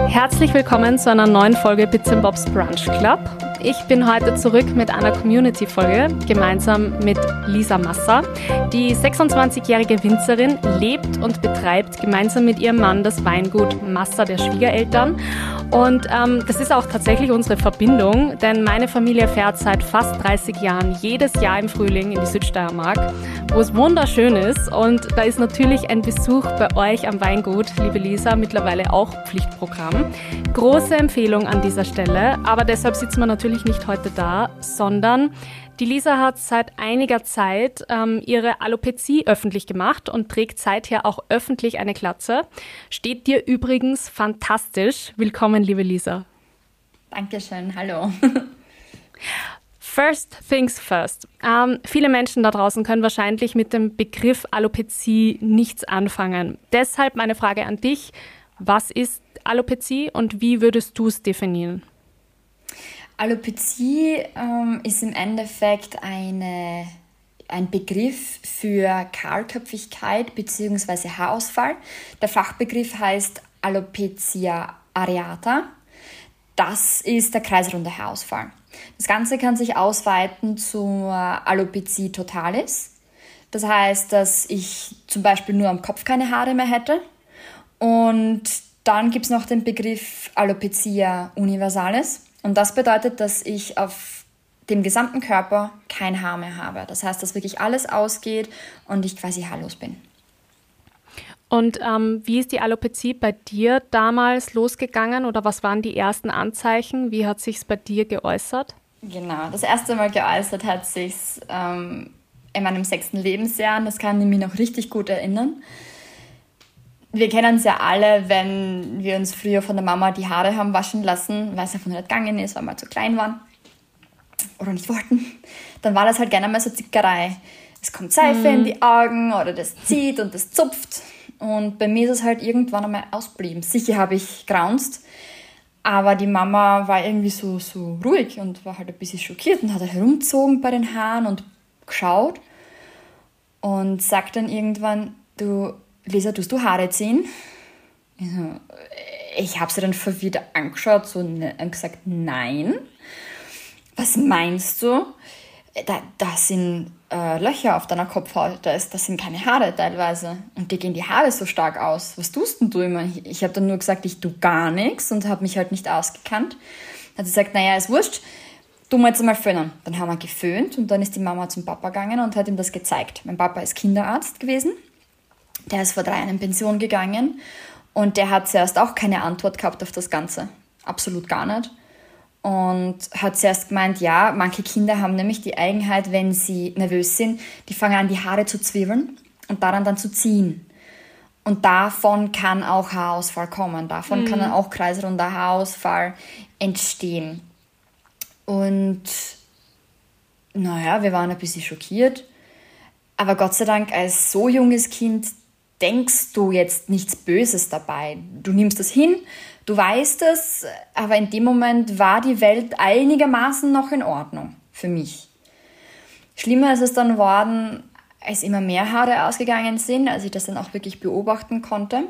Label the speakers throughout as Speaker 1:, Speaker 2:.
Speaker 1: Herzlich willkommen zu einer neuen Folge Bits & Bobs Brunch Club. Ich bin heute zurück mit einer Community-Folge, gemeinsam mit Lisa Masser. Die 26-jährige Winzerin lebt und betreibt gemeinsam mit ihrem Mann das Weingut Masser der Schwiegereltern. Und das ist auch tatsächlich unsere Verbindung, denn meine Familie fährt seit fast 30 Jahren jedes Jahr im Frühling in die Südsteiermark, wo es wunderschön ist. Und da ist natürlich ein Besuch bei euch am Weingut, liebe Lisa, mittlerweile auch Pflichtprogramm. Große Empfehlung an dieser Stelle, aber deshalb sitzen wir natürlich nicht heute da, sondern die Lisa hat seit einiger Zeit ihre Alopezie öffentlich gemacht und trägt seither auch öffentlich eine Glatze. Steht dir übrigens fantastisch. Willkommen, liebe Lisa.
Speaker 2: Dankeschön, hallo.
Speaker 1: First things first. Viele Menschen da draußen können wahrscheinlich mit dem Begriff Alopezie nichts anfangen. Deshalb meine Frage an dich. Was ist Alopezie und wie würdest du es definieren?
Speaker 2: Alopezie ist im Endeffekt ein Begriff für Kahlköpfigkeit bzw. Haarausfall. Der Fachbegriff heißt Alopecia areata. Das ist der kreisrunde Haarausfall. Das Ganze kann sich ausweiten zur Alopecie totalis. Das heißt, dass ich zum Beispiel nur am Kopf keine Haare mehr hätte. Und dann gibt es noch den Begriff Alopecia universalis. Und das bedeutet, dass ich auf dem gesamten Körper kein Haar mehr habe. Das heißt, dass wirklich alles ausgeht und ich quasi haarlos bin.
Speaker 1: Und wie ist die Alopezie bei dir damals losgegangen oder was waren die ersten Anzeichen? Wie hat sich's bei dir geäußert?
Speaker 2: Genau, das erste Mal geäußert hat sich's in meinem 6. Lebensjahr. Das kann ich mich noch richtig gut erinnern. Wir kennen es ja alle, wenn wir uns früher von der Mama die Haare haben waschen lassen, weil es einfach nicht gegangen ist, weil wir zu klein waren oder nicht wollten. Dann war das halt gerne mal so Zickerei. Es kommt Seife in die Augen oder das zieht und das zupft. Und bei mir ist es halt irgendwann einmal ausgeblieben. Sicher habe ich graunzt, aber die Mama war irgendwie so ruhig und war halt ein bisschen schockiert und hat halt herumgezogen bei den Haaren und geschaut und sagt dann irgendwann, du Lisa, tust du Haare ziehen? Ich habe sie dann verwirrt angeschaut und gesagt, nein. Was meinst du? Da sind Löcher auf deiner Kopfhaut, das sind keine Haare teilweise. Und dir gehen die Haare so stark aus. Was tust denn du immer? Ich habe dann nur gesagt, ich tue gar nichts und habe mich halt nicht ausgekannt. Hat sie gesagt, naja, ist wurscht, tun wir jetzt einmal föhnen. Dann haben wir geföhnt und dann ist die Mama zum Papa gegangen und hat ihm das gezeigt. Mein Papa ist Kinderarzt gewesen. Der ist vor 3 Jahren in Pension gegangen und der hat zuerst auch keine Antwort gehabt auf das Ganze. Absolut gar nicht. Und hat zuerst gemeint, ja, manche Kinder haben nämlich die Eigenheit, wenn sie nervös sind, die fangen an, die Haare zu zwirbeln und daran dann zu ziehen. Und davon kann auch Haarausfall kommen. Davon kann dann auch kreisrunder Haarausfall entstehen. Und naja, wir waren ein bisschen schockiert. Aber Gott sei Dank, als so junges Kind denkst du jetzt nichts Böses dabei. Du nimmst das hin, du weißt es, aber in dem Moment war die Welt einigermaßen noch in Ordnung für mich. Schlimmer ist es dann geworden, als immer mehr Haare ausgegangen sind, als ich das dann auch wirklich beobachten konnte.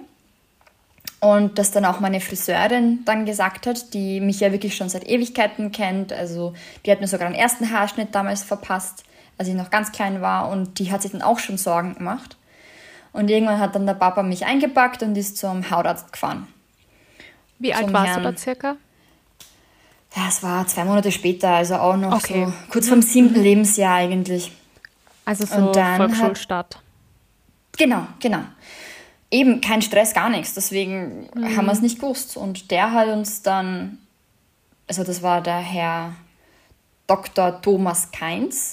Speaker 2: Und das dann auch meine Friseurin dann gesagt hat, die mich ja wirklich schon seit Ewigkeiten kennt. Also die hat mir sogar den ersten Haarschnitt damals verpasst, als ich noch ganz klein war, und die hat sich dann auch schon Sorgen gemacht. Und irgendwann hat dann der Papa mich eingepackt und ist zum Hautarzt gefahren.
Speaker 1: Wie alt warst du da circa?
Speaker 2: Ja, es war 2 Monate später, also auch noch so kurz vorm 7. Lebensjahr eigentlich.
Speaker 1: Also so Volksschulstart.
Speaker 2: Genau. Eben kein Stress, gar nichts, deswegen haben wir es nicht gewusst. Und der hat uns dann, also das war der Herr Dr. Thomas Kainz,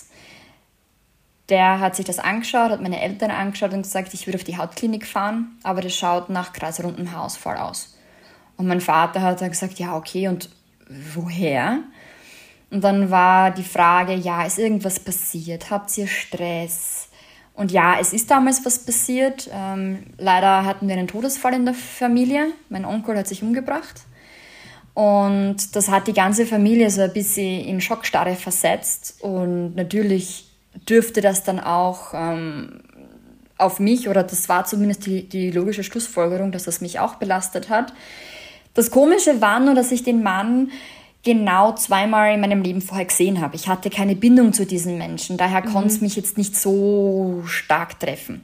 Speaker 2: der hat sich das angeschaut, hat meine Eltern angeschaut und gesagt, ich würde auf die Hautklinik fahren, aber das schaut nach kreisrundem Haarausfall aus. Und mein Vater hat dann gesagt, ja okay, und woher? Und dann war die Frage, ja, ist irgendwas passiert? Habt ihr Stress? Und ja, es ist damals was passiert. Leider hatten wir einen Todesfall in der Familie. Mein Onkel hat sich umgebracht. Und das hat die ganze Familie so ein bisschen in Schockstarre versetzt. Und natürlich dürfte das dann auch auf mich, oder das war zumindest die logische Schlussfolgerung, dass das mich auch belastet hat. Das Komische war nur, dass ich den Mann genau 2-mal in meinem Leben vorher gesehen habe. Ich hatte keine Bindung zu diesem Menschen, daher konnte es mich jetzt nicht so stark treffen.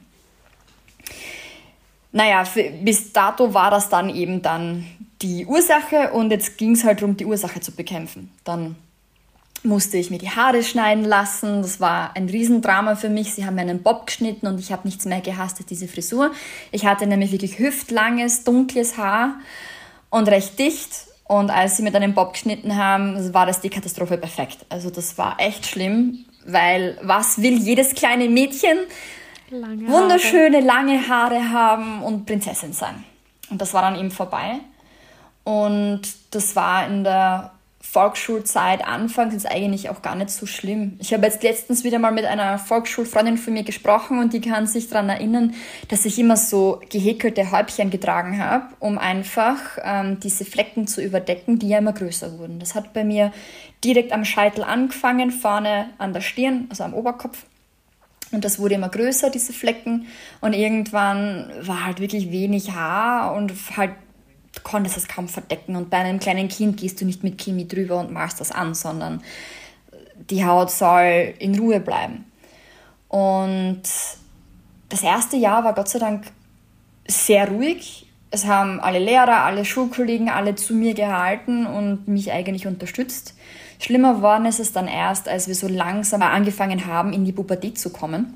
Speaker 2: Naja, bis dato war das dann eben dann die Ursache und jetzt ging es halt darum, die Ursache zu bekämpfen. Dann musste ich mir die Haare schneiden lassen. Das war ein Riesendrama für mich. Sie haben mir einen Bob geschnitten und ich habe nichts mehr gehasst als diese Frisur. Ich hatte nämlich wirklich hüftlanges, dunkles Haar und recht dicht. Und als sie mir dann den Bob geschnitten haben, war das die Katastrophe perfekt. Also das war echt schlimm, weil was will jedes kleine Mädchen? Wunderschöne, lange Haare haben und Prinzessin sein. Und das war dann eben vorbei. Und das war in der Volksschulzeit anfangs ist eigentlich auch gar nicht so schlimm. Ich habe jetzt letztens wieder mal mit einer Volksschulfreundin von mir gesprochen und die kann sich daran erinnern, dass ich immer so gehäkelte Häubchen getragen habe, um einfach diese Flecken zu überdecken, die ja immer größer wurden. Das hat bei mir direkt am Scheitel angefangen, vorne an der Stirn, also am Oberkopf. Und das wurde immer größer, diese Flecken. Und irgendwann war halt wirklich wenig Haar und halt du konntest es kaum verdecken. Und bei einem kleinen Kind gehst du nicht mit Chemie drüber und malst das an, sondern die Haut soll in Ruhe bleiben. Und das erste Jahr war Gott sei Dank sehr ruhig. Es haben alle Lehrer, alle Schulkollegen, alle zu mir gehalten und mich eigentlich unterstützt. Schlimmer geworden ist es dann erst, als wir so langsam angefangen haben, in die Pubertät zu kommen.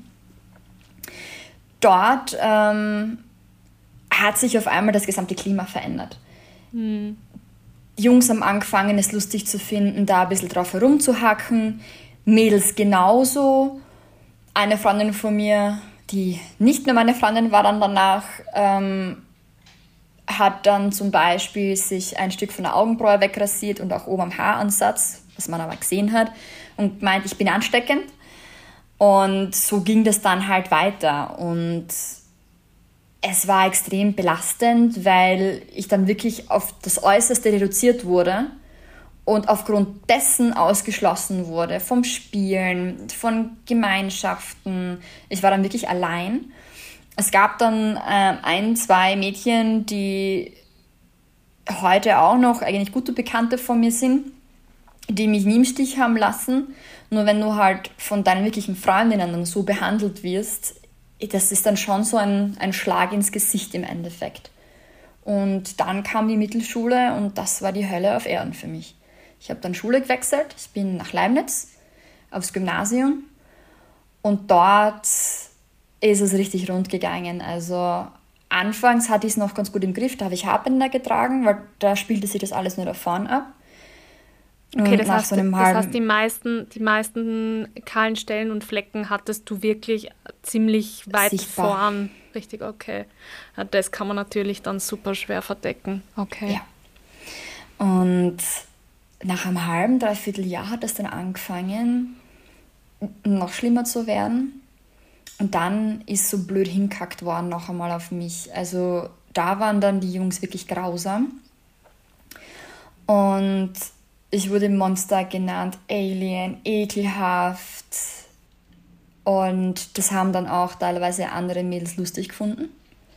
Speaker 2: Dort hat sich auf einmal das gesamte Klima verändert. Die Jungs haben angefangen, es lustig zu finden, da ein bisschen drauf herumzuhacken. Mädels genauso. Eine Freundin von mir, die nicht mehr meine Freundin war dann danach, hat dann zum Beispiel sich ein Stück von der Augenbraue wegrasiert und auch oben am Haaransatz, was man aber gesehen hat, und meint, ich bin ansteckend. Und so ging das dann halt weiter. Und es war extrem belastend, weil ich dann wirklich auf das Äußerste reduziert wurde und aufgrund dessen ausgeschlossen wurde vom Spielen, von Gemeinschaften. Ich war dann wirklich allein. Es gab dann 1-2 Mädchen, die heute auch noch eigentlich gute Bekannte von mir sind, die mich nie im Stich haben lassen. Nur wenn du halt von deinen wirklichen Freundinnen dann so behandelt wirst, das ist dann schon so ein Schlag ins Gesicht im Endeffekt. Und dann kam die Mittelschule und das war die Hölle auf Erden für mich. Ich habe dann Schule gewechselt, ich bin nach Leibniz aufs Gymnasium und dort ist es richtig rund gegangen. Also anfangs hatte ich es noch ganz gut im Griff, da habe ich Haarbänder getragen, weil da spielte sich das alles nur da vorne ab.
Speaker 1: Okay, das heißt, die meisten kahlen Stellen und Flecken hattest du wirklich ziemlich weit
Speaker 2: sichtbar.
Speaker 1: vorn. Richtig, okay. Ja, das kann man natürlich dann super schwer verdecken. Okay.
Speaker 2: Ja. Und nach einem halben, dreiviertel Jahr hat es dann angefangen, noch schlimmer zu werden. Und dann ist so blöd hingekackt worden noch einmal auf mich. Also da waren dann die Jungs wirklich grausam. Und ich wurde Monster genannt, Alien, ekelhaft. Und das haben dann auch teilweise andere Mädels lustig gefunden.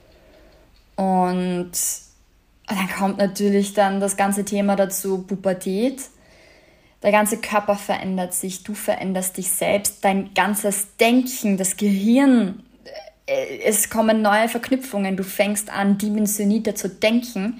Speaker 2: Und dann kommt natürlich dann das ganze Thema dazu, Pubertät. Der ganze Körper verändert sich, du veränderst dich selbst, dein ganzes Denken, das Gehirn, es kommen neue Verknüpfungen, du fängst an, dimensionierter zu denken.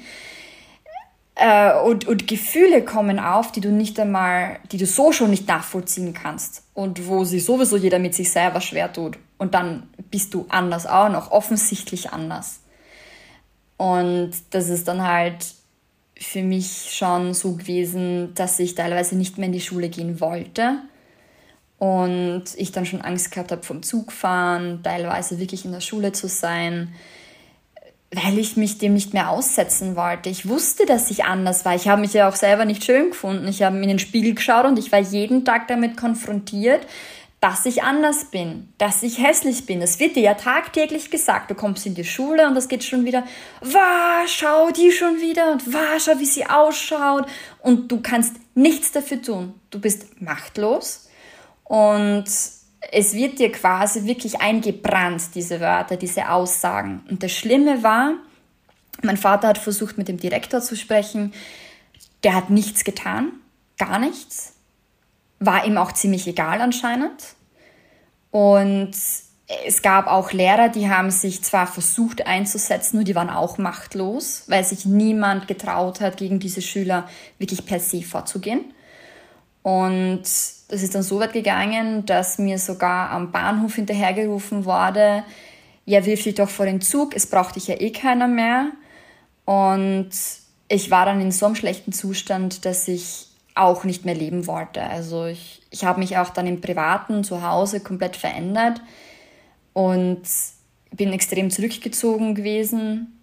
Speaker 2: Und Gefühle kommen auf, die du so schon nicht nachvollziehen kannst und wo sich sowieso jeder mit sich selber schwer tut. Und dann bist du anders auch noch, offensichtlich anders. Und das ist dann halt für mich schon so gewesen, dass ich teilweise nicht mehr in die Schule gehen wollte und ich dann schon Angst gehabt habe vom Zugfahren, teilweise wirklich in der Schule zu sein, weil ich mich dem nicht mehr aussetzen wollte. Ich wusste, dass ich anders war. Ich habe mich ja auch selber nicht schön gefunden. Ich habe in den Spiegel geschaut und ich war jeden Tag damit konfrontiert, dass ich anders bin, dass ich hässlich bin. Es wird dir ja tagtäglich gesagt. Du kommst in die Schule und es geht schon wieder, wow, schau die schon wieder und wow, schau, wie sie ausschaut. Und du kannst nichts dafür tun. Du bist machtlos und es wird dir quasi wirklich eingebrannt, diese Wörter, diese Aussagen. Und das Schlimme war, Mein Vater hat versucht, mit dem Direktor zu sprechen. Der hat nichts getan, gar nichts. War ihm auch ziemlich egal anscheinend. Und es gab auch Lehrer, die haben sich zwar versucht einzusetzen, nur die waren auch machtlos, weil sich niemand getraut hat, gegen diese Schüler wirklich per se vorzugehen. Und das ist dann so weit gegangen, dass mir sogar am Bahnhof hinterhergerufen wurde, ja, wirf dich doch vor den Zug, es braucht dich ja eh keiner mehr. Und ich war dann in so einem schlechten Zustand, dass ich auch nicht mehr leben wollte. Also ich habe mich auch dann im Privaten zu Hause komplett verändert und bin extrem zurückgezogen gewesen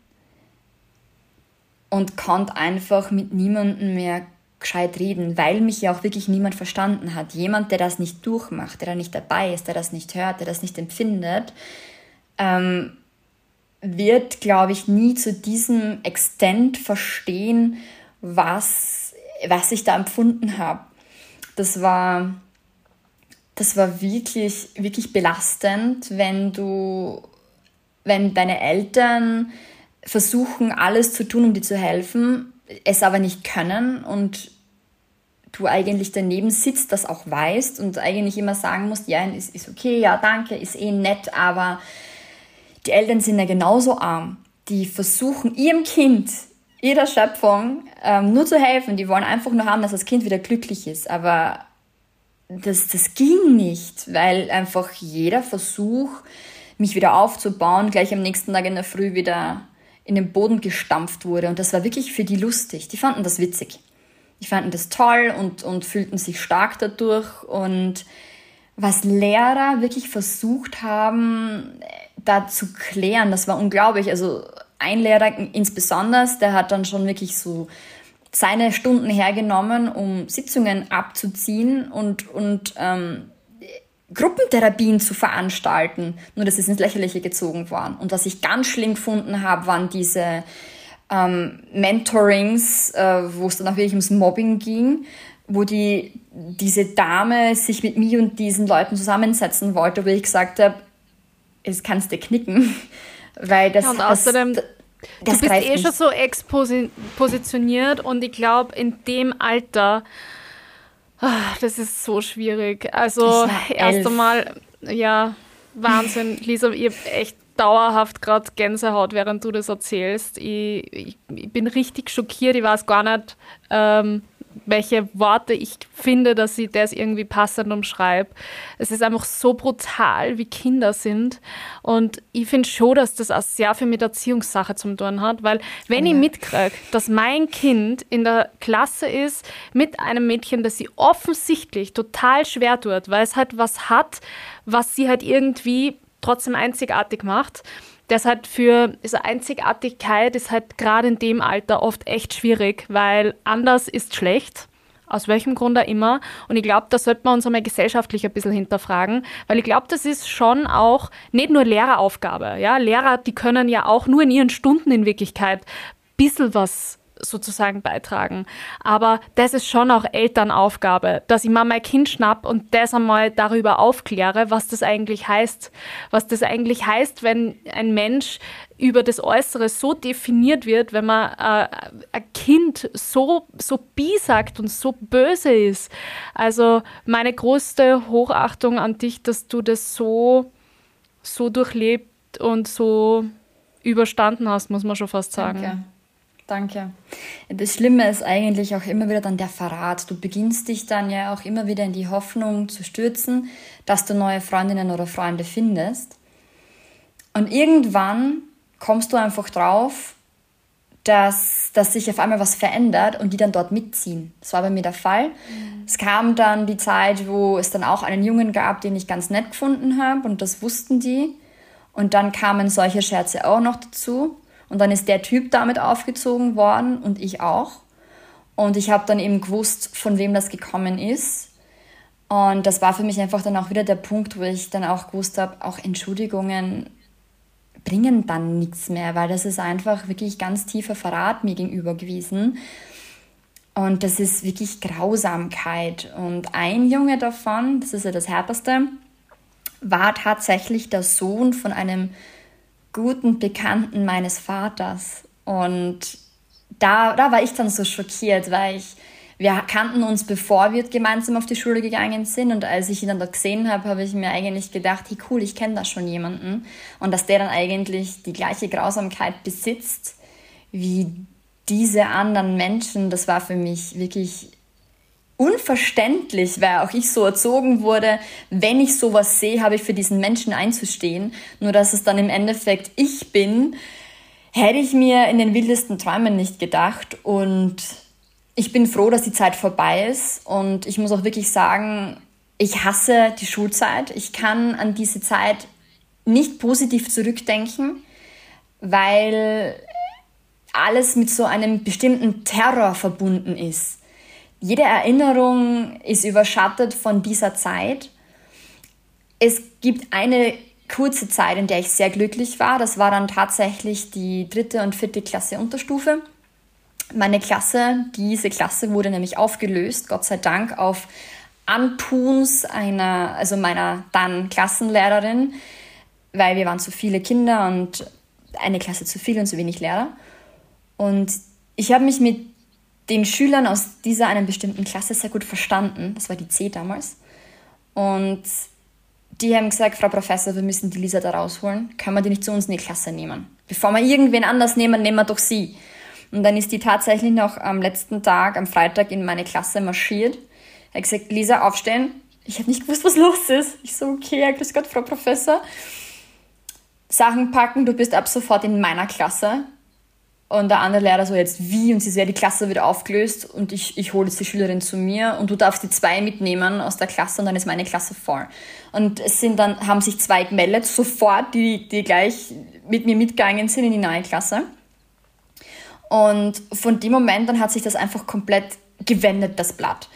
Speaker 2: und konnte einfach mit niemandem mehr gescheit reden, weil mich ja auch wirklich niemand verstanden hat. Jemand, der das nicht durchmacht, der da nicht dabei ist, der das nicht hört, der das nicht empfindet, wird, glaube ich, nie zu diesem Extent verstehen, was ich da empfunden habe. Das war wirklich, wirklich belastend, wenn deine Eltern versuchen, alles zu tun, um dir zu helfen, es aber nicht können und du eigentlich daneben sitzt, das auch weißt und eigentlich immer sagen musst, ja, ist okay, ja, danke, ist eh nett, aber die Eltern sind ja genauso arm. Die versuchen ihrem Kind, ihrer Schöpfung nur zu helfen. Die wollen einfach nur haben, dass das Kind wieder glücklich ist. Aber das ging nicht, weil einfach jeder Versuch, mich wieder aufzubauen, gleich am nächsten Tag in der Früh wieder in den Boden gestampft wurde. Und das war wirklich für die lustig. Die fanden das witzig. Die fanden das toll und fühlten sich stark dadurch. Und was Lehrer wirklich versucht haben, da zu klären, das war unglaublich. Also ein Lehrer insbesondere, der hat dann schon wirklich so seine Stunden hergenommen, um Sitzungen abzuziehen und Gruppentherapien zu veranstalten. Nur, dass es ins Lächerliche gezogen worden. Und was ich ganz schlimm gefunden habe, waren diese Mentorings, wo es dann auch wirklich ums Mobbing ging, wo diese Dame sich mit mir und diesen Leuten zusammensetzen wollte, wo ich gesagt habe, das kannst du knicken, weil das...
Speaker 1: Ja, und außerdem, du bist eh
Speaker 2: nicht.
Speaker 1: schon so positioniert und ich glaube, in dem Alter, das ist so schwierig. Also erst einmal, ja, Wahnsinn, Lisa, ich habe echt dauerhaft gerade Gänsehaut, während du das erzählst. Ich bin richtig schockiert, ich weiß gar nicht, welche Worte ich finde, dass ich das irgendwie passend umschreibe. Es ist einfach so brutal, wie Kinder sind. Und ich finde schon, dass das auch sehr viel mit Erziehungssache zu tun hat, weil wenn ich mitkriege, dass mein Kind in der Klasse ist mit einem Mädchen, das sie offensichtlich total schwer tut, weil es halt was hat, was sie halt irgendwie trotzdem einzigartig macht, das halt für diese Einzigartigkeit ist halt gerade in dem Alter oft echt schwierig, weil anders ist schlecht, aus welchem Grund auch immer. Und ich glaube, da sollte man uns einmal gesellschaftlich ein bisschen hinterfragen, weil ich glaube, das ist schon auch nicht nur Lehreraufgabe. Ja? Lehrer, die können ja auch nur in ihren Stunden in Wirklichkeit ein bisschen was sozusagen beitragen. Aber das ist schon auch Elternaufgabe, dass ich mal mein Kind schnapp und das einmal darüber aufkläre, was das eigentlich heißt. Was das eigentlich heißt, wenn ein Mensch über das Äußere so definiert wird, wenn man ein Kind so sagt und so böse ist. Also meine größte Hochachtung an dich, dass du das so durchlebt und so überstanden hast, muss man schon fast sagen.
Speaker 2: Danke. Das Schlimme ist eigentlich auch immer wieder dann der Verrat. Du beginnst dich dann ja auch immer wieder in die Hoffnung zu stürzen, dass du neue Freundinnen oder Freunde findest. Und irgendwann kommst du einfach drauf, dass sich auf einmal was verändert und die dann dort mitziehen. Das war bei mir der Fall. Es kam dann die Zeit, wo es dann auch einen Jungen gab, den ich ganz nett gefunden habe und das wussten die. Und dann kamen solche Scherze auch noch dazu. Und dann ist der Typ damit aufgezogen worden und ich auch. Und ich habe dann eben gewusst, von wem das gekommen ist. Und das war für mich einfach dann auch wieder der Punkt, wo ich dann auch gewusst habe, auch Entschuldigungen bringen dann nichts mehr, weil das ist einfach wirklich ganz tiefer Verrat mir gegenüber gewesen. Und das ist wirklich Grausamkeit. Und ein Junge davon, das ist ja das Härteste, war tatsächlich der Sohn von einem guten Bekannten meines Vaters. Und da war ich dann so schockiert, weil wir kannten uns, bevor wir gemeinsam auf die Schule gegangen sind. Und als ich ihn dann da gesehen habe, habe ich mir eigentlich gedacht, hey cool, ich kenne da schon jemanden. Und dass der dann eigentlich die gleiche Grausamkeit besitzt wie diese anderen Menschen, das war für mich wirklich unverständlich, weil auch ich so erzogen wurde, wenn ich sowas sehe, habe ich für diesen Menschen einzustehen. Nur dass es dann im Endeffekt ich bin, hätte ich mir in den wildesten Träumen nicht gedacht. Und ich bin froh, dass die Zeit vorbei ist. Und ich muss auch wirklich sagen, ich hasse die Schulzeit. Ich kann an diese Zeit nicht positiv zurückdenken, weil alles mit so einem bestimmten Terror verbunden ist. Jede Erinnerung ist überschattet von dieser Zeit. Es gibt eine kurze Zeit, in der ich sehr glücklich war. Das war dann tatsächlich die 3. und 4. Klasse Unterstufe. Meine Klasse, diese Klasse wurde nämlich aufgelöst, Gott sei Dank, auf Antuns meiner dann Klassenlehrerin, weil wir waren zu viele Kinder und eine Klasse zu viel und zu wenig Lehrer. Und ich habe mich mit den Schülern aus dieser einen bestimmten Klasse sehr gut verstanden. Das war die C damals. Und die haben gesagt, Frau Professor, wir müssen die Lisa da rausholen. Können wir die nicht zu uns in die Klasse nehmen? Bevor wir irgendwen anders nehmen, nehmen wir doch sie. Und dann ist die tatsächlich noch am letzten Tag, am Freitag, in meine Klasse marschiert. Er hat gesagt, Lisa, aufstehen. Ich habe nicht gewusst, was los ist. Ich so, okay, ja, grüß Gott, Frau Professor. Sachen packen, du bist ab sofort in meiner Klasse. Und der andere Lehrer so, jetzt wie? Und sie so, ja, die Klasse wird aufgelöst und ich hole jetzt die Schülerin zu mir und du darfst die 2 mitnehmen aus der Klasse und dann ist meine Klasse voll. Und haben sich 2 gemeldet, sofort, die gleich mit mir mitgegangen sind in die neue Klasse. Und von dem Moment an hat sich das einfach komplett gewendet, das Blatt.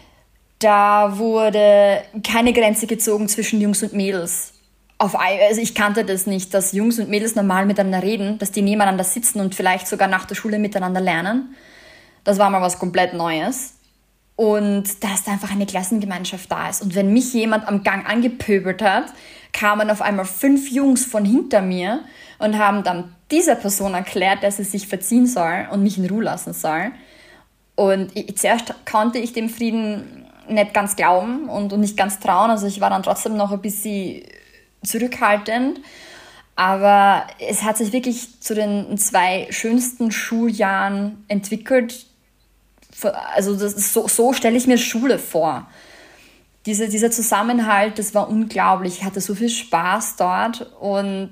Speaker 2: Da wurde keine Grenze gezogen zwischen Jungs und Mädels. Also ich kannte das nicht, dass Jungs und Mädels normal miteinander reden, dass die nebeneinander sitzen und vielleicht sogar nach der Schule miteinander lernen. Das war mal was komplett Neues. Und dass da einfach eine Klassengemeinschaft da ist. Und wenn mich jemand am Gang angepöbelt hat, kamen auf einmal 5 Jungs von hinter mir und haben dann dieser Person erklärt, dass sie sich verziehen soll und mich in Ruhe lassen soll. Und zuerst konnte ich dem Frieden nicht ganz glauben und nicht ganz trauen. Also ich war dann trotzdem noch ein bisschen zurückhaltend. Aber es hat sich wirklich zu den 2 schönsten Schuljahren entwickelt. Also so stelle ich mir Schule vor. Dieser Zusammenhalt, das war unglaublich. Ich hatte so viel Spaß dort und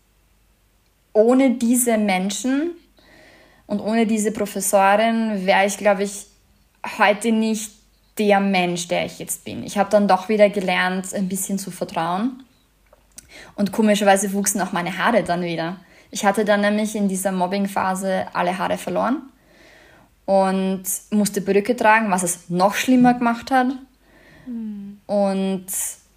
Speaker 2: ohne diese Menschen und ohne diese Professorin wäre ich, glaube ich, heute nicht der Mensch, der ich jetzt bin. Ich habe dann doch wieder gelernt, ein bisschen zu vertrauen. Und komischerweise wuchsen auch meine Haare dann wieder. Ich hatte dann nämlich in dieser Mobbing-Phase alle Haare verloren und musste Perücke tragen, was es noch schlimmer gemacht hat. Und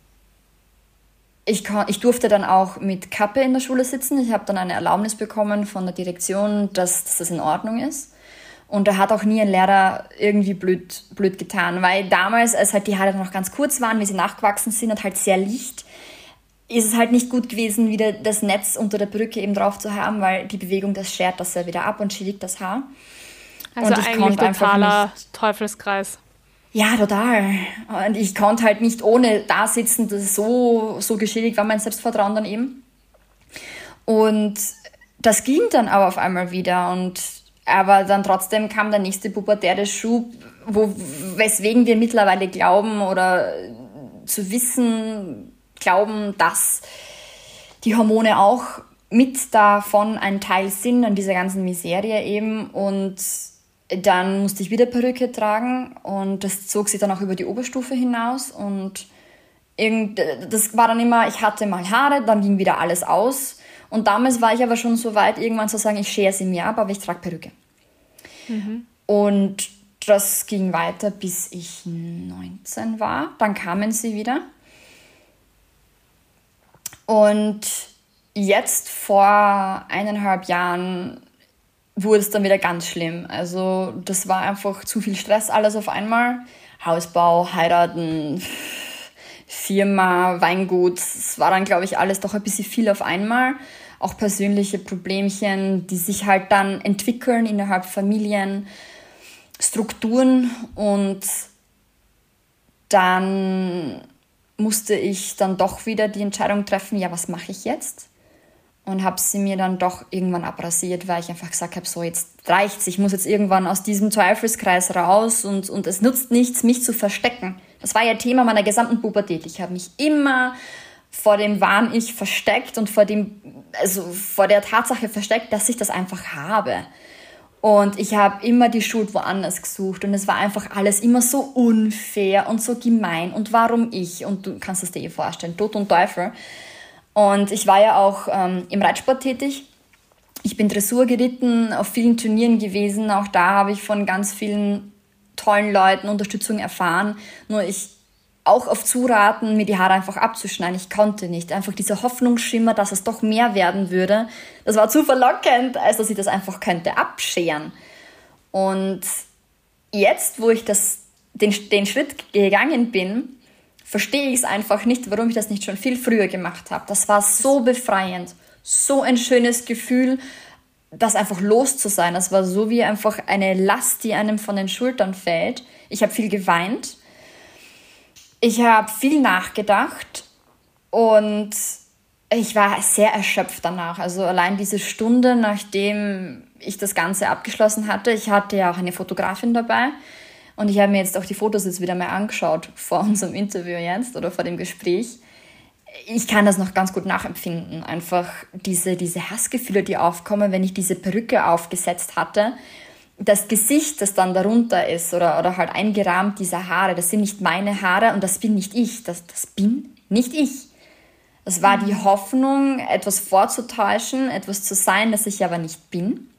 Speaker 2: ich durfte dann auch mit Kappe in der Schule sitzen. Ich habe dann eine Erlaubnis bekommen von der Direktion, dass das in Ordnung ist. Und da hat auch nie ein Lehrer irgendwie blöd getan, weil damals, als halt die Haare noch ganz kurz waren, wie sie nachgewachsen sind und halt sehr licht, ist es halt nicht gut gewesen, wieder das Netz unter der Perücke eben drauf zu haben, weil die Bewegung, das schert das ja wieder ab und schädigt das Haar.
Speaker 1: Also und ich eigentlich totaler Teufelskreis.
Speaker 2: Ja, total. Und ich konnte halt nicht ohne da sitzen, das so geschädigt war mein Selbstvertrauen dann eben. Und das ging dann aber auf einmal wieder. Aber dann trotzdem kam der nächste pubertäre Schub, weswegen wir mittlerweile glauben oder zu wissen glauben, dass die Hormone auch mit davon ein Teil sind, an dieser ganzen Miserie eben. Und dann musste ich wieder Perücke tragen und das zog sich dann auch über die Oberstufe hinaus. Und das war dann immer, ich hatte mal Haare, dann ging wieder alles aus. Und damals war ich aber schon so weit, irgendwann zu sagen, ich schere sie mir ab, aber ich trage Perücke. Und das ging weiter, bis ich 19 war. Dann kamen sie wieder. Und jetzt vor 1,5 Jahren wurde es dann wieder ganz schlimm. Also das war einfach zu viel Stress, alles auf einmal. Hausbau, heiraten, Firma, Weingut. Es war dann, glaube ich, alles doch ein bisschen viel auf einmal. auch persönliche Problemchen, die sich halt dann entwickeln innerhalb Familien, Strukturen, und dann musste ich dann doch wieder die Entscheidung treffen, ja, was mache ich jetzt? Und habe sie mir dann doch irgendwann abrasiert, weil ich einfach gesagt habe, so, jetzt reicht's. Ich muss jetzt irgendwann aus diesem Teufelskreis raus und es nutzt nichts, mich zu verstecken. Das war ja Thema meiner gesamten Pubertät. Ich habe mich immer vor dem wahren Ich versteckt und vor der Tatsache versteckt, dass ich das einfach habe. Und ich habe immer die Schuld woanders gesucht und es war einfach alles immer so unfair und so gemein und warum ich? Und du kannst es dir eh vorstellen, Tod und Teufel. Und ich war ja auch im Reitsport tätig. Ich bin Dressur geritten, auf vielen Turnieren gewesen. Auch da habe ich von ganz vielen tollen Leuten Unterstützung erfahren. Nur ich auch auf Zuraten, mir die Haare einfach abzuschneiden. Ich konnte nicht. Einfach dieser Hoffnungsschimmer, dass es doch mehr werden würde. Das war zu verlockend, als dass ich das einfach könnte abscheren. Und jetzt, wo ich den Schritt gegangen bin, verstehe ich es einfach nicht, warum ich das nicht schon viel früher gemacht habe. Das war so befreiend, so ein schönes Gefühl, das einfach los zu sein. Das war so wie einfach eine Last, die einem von den Schultern fällt. Ich habe viel geweint, ich habe viel nachgedacht und ich war sehr erschöpft danach. Also allein diese Stunde, nachdem ich das Ganze abgeschlossen hatte, ich hatte ja auch eine Fotografin dabei. Und ich habe mir jetzt auch die Fotos jetzt wieder mal angeschaut vor unserem Interview jetzt oder vor dem Gespräch. Ich kann das noch ganz gut nachempfinden. Einfach diese Hassgefühle, die aufkommen, wenn ich diese Perücke aufgesetzt hatte. Das Gesicht, das dann darunter ist oder halt eingerahmt diese Haare, das sind nicht meine Haare und das bin nicht ich. Das bin nicht ich. Das war die Hoffnung, etwas vorzutäuschen, etwas zu sein, das ich aber nicht bin.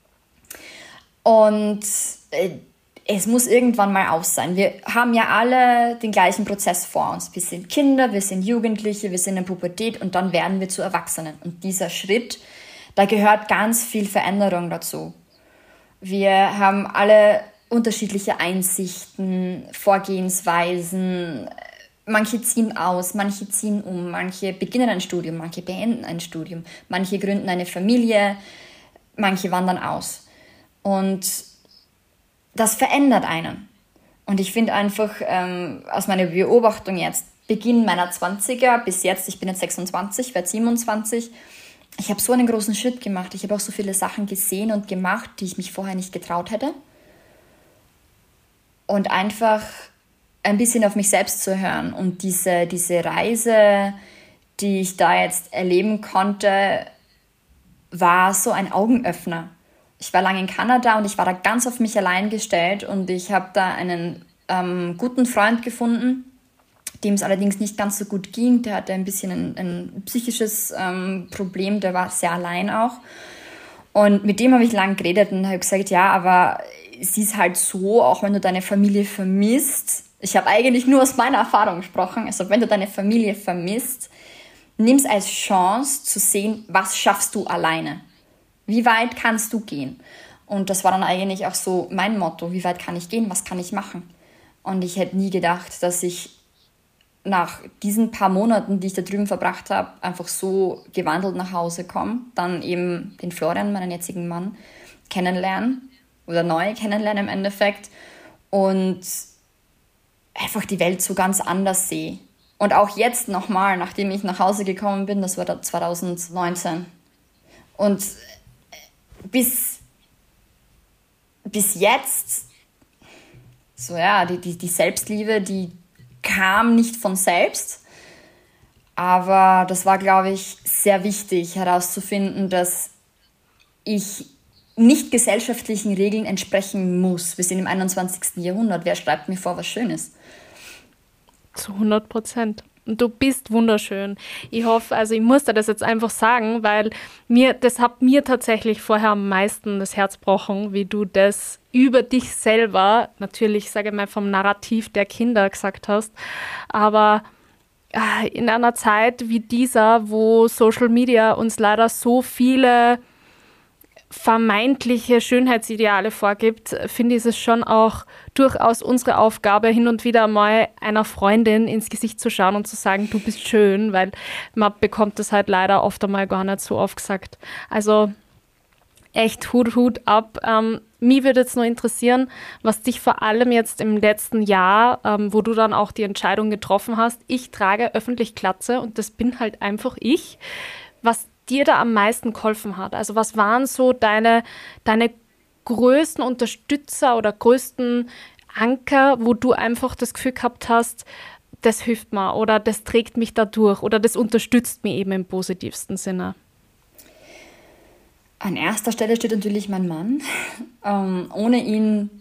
Speaker 2: Und es muss irgendwann mal aus sein. Wir haben ja alle den gleichen Prozess vor uns. Wir sind Kinder, wir sind Jugendliche, wir sind in der Pubertät und dann werden wir zu Erwachsenen. Und dieser Schritt, da gehört ganz viel Veränderung dazu. Wir haben alle unterschiedliche Einsichten, Vorgehensweisen. Manche ziehen aus, manche ziehen um, manche beginnen ein Studium, manche beenden ein Studium, manche gründen eine Familie, manche wandern aus. Und das verändert einen. Und ich finde einfach, aus meiner Beobachtung jetzt, Beginn meiner 20er bis jetzt, ich bin jetzt 26, werde 27, ich habe so einen großen Schritt gemacht. Ich habe auch so viele Sachen gesehen und gemacht, die ich mich vorher nicht getraut hätte. Und einfach ein bisschen auf mich selbst zu hören. Und diese Reise, die ich da jetzt erleben konnte, war so ein Augenöffner. Ich war lange in Kanada und ich war da ganz auf mich allein gestellt und ich habe da einen guten Freund gefunden, dem es allerdings nicht ganz so gut ging. Der hatte ein bisschen ein psychisches Problem, der war sehr allein auch. Und mit dem habe ich lange geredet und habe gesagt, ja, aber es ist halt so, auch wenn du deine Familie vermisst, ich habe eigentlich nur aus meiner Erfahrung gesprochen, also wenn du deine Familie vermisst, nimm es als Chance zu sehen, was schaffst du alleine. Wie weit kannst du gehen? Und das war dann eigentlich auch so mein Motto. Wie weit kann ich gehen? Was kann ich machen? Und ich hätte nie gedacht, dass ich nach diesen paar Monaten, die ich da drüben verbracht habe, einfach so gewandelt nach Hause komme. Dann eben den Florian, meinen jetzigen Mann, kennenlernen oder neu kennenlernen im Endeffekt. Und einfach die Welt so ganz anders sehe. Und auch jetzt nochmal, nachdem ich nach Hause gekommen bin, das war da 2019. Und bis jetzt, so ja, die Selbstliebe, die kam nicht von selbst, aber das war, glaube ich, sehr wichtig herauszufinden, dass ich nicht gesellschaftlichen Regeln entsprechen muss. Wir sind im 21. Jahrhundert, wer schreibt mir vor, was Schönes?
Speaker 1: Zu 100%. Und du bist wunderschön. Ich hoffe, also ich muss dir das jetzt einfach sagen, weil das hat mir tatsächlich vorher am meisten das Herz gebrochen, wie du das über dich selber, natürlich, sage ich mal, vom Narrativ der Kinder gesagt hast, aber in einer Zeit wie dieser, wo Social Media uns leider so viele vermeintliche Schönheitsideale vorgibt, finde ich es schon auch durchaus unsere Aufgabe, hin und wieder mal einer Freundin ins Gesicht zu schauen und zu sagen, du bist schön, weil man bekommt das halt leider oft einmal gar nicht so oft gesagt. Also echt Hut ab. Mich würde jetzt nur interessieren, was dich vor allem jetzt im letzten Jahr, wo du dann auch die Entscheidung getroffen hast, ich trage öffentlich Glatze und das bin halt einfach ich, was dir da am meisten geholfen hat? Also was waren so deine größten Unterstützer oder größten Anker, wo du einfach das Gefühl gehabt hast, das hilft mir oder das trägt mich da durch oder das unterstützt mich eben im positivsten Sinne?
Speaker 2: An erster Stelle steht natürlich mein Mann. Ohne ihn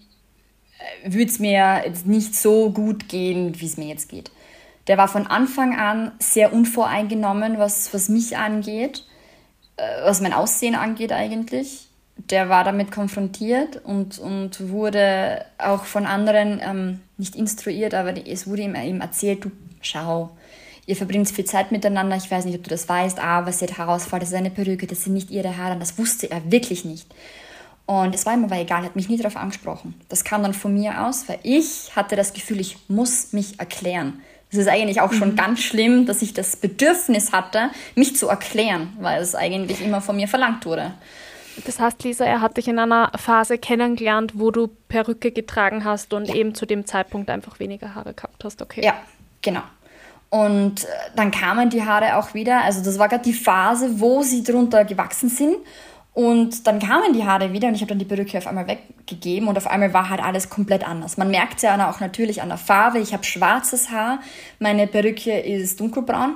Speaker 2: würde es mir jetzt nicht so gut gehen, wie es mir jetzt geht. Der war von Anfang an sehr unvoreingenommen, was mich angeht, was mein Aussehen angeht eigentlich. Der war damit konfrontiert und wurde auch von anderen nicht instruiert, aber es wurde ihm erzählt, du schau, ihr verbringt viel Zeit miteinander, ich weiß nicht, ob du das weißt, aber sie hat Haarausfall, das ist eine Perücke, das sind nicht ihre Haare, und das wusste er wirklich nicht. Und es war ihm aber egal, er hat mich nie darauf angesprochen. Das kam dann von mir aus, weil ich hatte das Gefühl, ich muss mich erklären. Das ist eigentlich auch schon ganz schlimm, dass ich das Bedürfnis hatte, mich zu erklären, weil es eigentlich immer von mir verlangt wurde.
Speaker 1: Das heißt, Lisa, er hat dich in einer Phase kennengelernt, wo du Perücke getragen hast und eben zu dem Zeitpunkt einfach weniger Haare gehabt hast, okay?
Speaker 2: Ja, genau. Und dann kamen die Haare auch wieder, also das war gerade die Phase, wo sie drunter gewachsen sind. Und dann kamen die Haare wieder und ich habe dann die Perücke auf einmal weggegeben und auf einmal war halt alles komplett anders. Man merkt es ja auch natürlich an der Farbe. Ich habe schwarzes Haar, meine Perücke ist dunkelbraun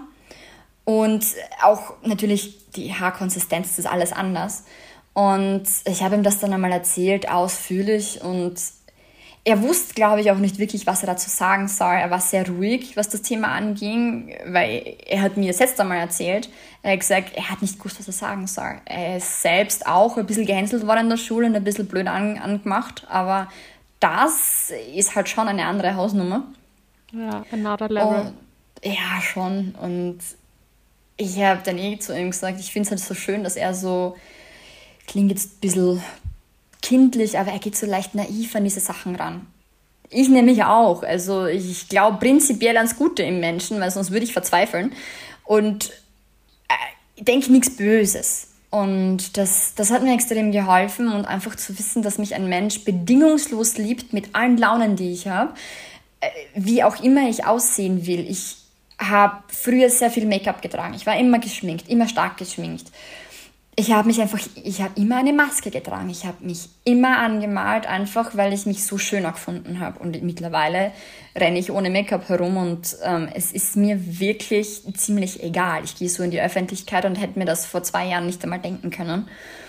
Speaker 2: und auch natürlich die Haarkonsistenz, das ist alles anders. Und ich habe ihm das dann einmal erzählt, ausführlich, und er wusste, glaube ich, auch nicht wirklich, was er dazu sagen soll. Er war sehr ruhig, was das Thema anging, weil er hat mir das letzte Mal erzählt. Er hat gesagt, er hat nicht gewusst, was er sagen soll. Er ist selbst auch ein bisschen gehänselt worden in der Schule und ein bisschen blöd angemacht, aber das ist halt schon eine andere Hausnummer.
Speaker 1: Ja, another level.
Speaker 2: Ja, schon. Und ich habe dann zu ihm gesagt, ich finde es halt so schön, dass er so, klingt jetzt ein bisschen kindlich, aber er geht so leicht naiv an diese Sachen ran. Ich nämlich auch. Also ich glaube prinzipiell ans Gute im Menschen, weil sonst würde ich verzweifeln. Und ich denke nichts Böses. Und das hat mir extrem geholfen und einfach zu wissen, dass mich ein Mensch bedingungslos liebt mit allen Launen, die ich habe, wie auch immer ich aussehen will. Ich habe früher sehr viel Make-up getragen. Ich war immer geschminkt, immer stark geschminkt. Ich habe immer eine Maske getragen. Ich habe mich immer angemalt, einfach weil ich mich so schöner gefunden habe. Und mittlerweile renne ich ohne Make-up herum und es ist mir wirklich ziemlich egal. Ich gehe so in die Öffentlichkeit und hätte mir das vor 2 Jahren nicht einmal denken können.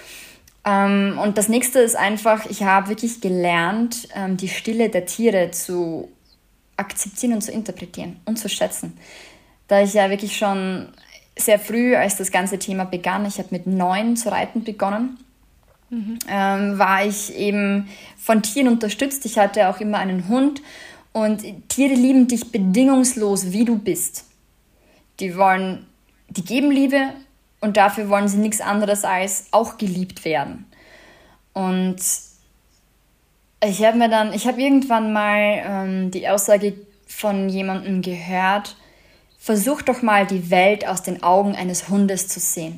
Speaker 2: Und das nächste ist einfach, ich habe wirklich gelernt, die Stille der Tiere zu akzeptieren und zu interpretieren und zu schätzen. Da ich ja wirklich schon sehr früh, als das ganze Thema begann, ich habe mit 9 zu reiten begonnen, war ich eben von Tieren unterstützt. Ich hatte auch immer einen Hund und Tiere lieben dich bedingungslos, wie du bist. Die geben Liebe und dafür wollen sie nichts anderes als auch geliebt werden. Und ich habe irgendwann mal die Aussage von jemandem gehört: Versuch doch mal, die Welt aus den Augen eines Hundes zu sehen.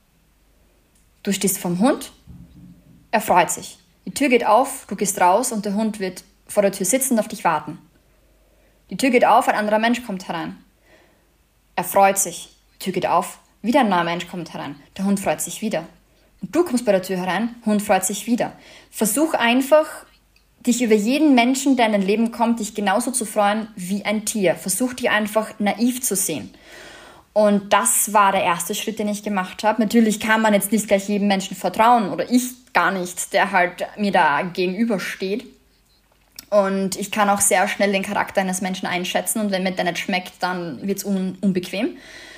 Speaker 2: Du stehst vorm Hund, er freut sich. Die Tür geht auf, du gehst raus und der Hund wird vor der Tür sitzen und auf dich warten. Die Tür geht auf, ein anderer Mensch kommt herein. Er freut sich. Die Tür geht auf, wieder ein neuer Mensch kommt herein. Der Hund freut sich wieder. Und du kommst bei der Tür herein, Hund freut sich wieder. Versuch einfach, dich über jeden Menschen, der in dein Leben kommt, dich genauso zu freuen wie ein Tier. Versuch dich einfach naiv zu sehen. Und das war der erste Schritt, den ich gemacht habe. Natürlich kann man jetzt nicht gleich jedem Menschen vertrauen, oder ich gar nicht, der halt mir da gegenübersteht. Und ich kann auch sehr schnell den Charakter eines Menschen einschätzen, und wenn mir der nicht schmeckt, dann wird es unbequem.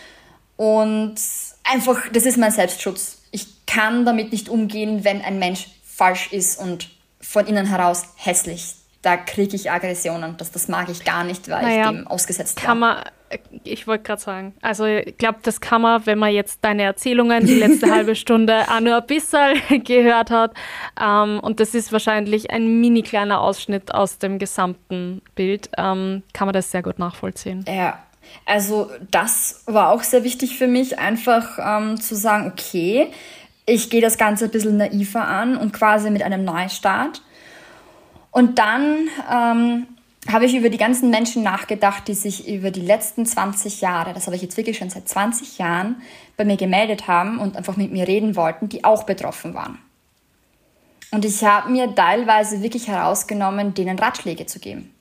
Speaker 2: Und einfach, das ist mein Selbstschutz. Ich kann damit nicht umgehen, wenn ein Mensch falsch ist und von innen heraus hässlich. Da kriege ich Aggressionen. Das mag ich gar nicht, weil ich dem ausgesetzt
Speaker 1: kann
Speaker 2: war.
Speaker 1: Ich wollte gerade sagen, also ich glaube, das kann man, wenn man jetzt deine Erzählungen die letzte halbe Stunde auch nur ein bisschen gehört hat, und das ist wahrscheinlich ein mini kleiner Ausschnitt aus dem gesamten Bild, kann man das sehr gut nachvollziehen.
Speaker 2: Ja, also das war auch sehr wichtig für mich, einfach zu sagen, okay, ich gehe das Ganze ein bisschen naiver an und quasi mit einem Neustart. Und dann habe ich über die ganzen Menschen nachgedacht, die sich über die letzten 20 Jahre, das habe ich jetzt wirklich schon seit 20 Jahren, bei mir gemeldet haben und einfach mit mir reden wollten, die auch betroffen waren. Und ich habe mir teilweise wirklich herausgenommen, denen Ratschläge zu geben.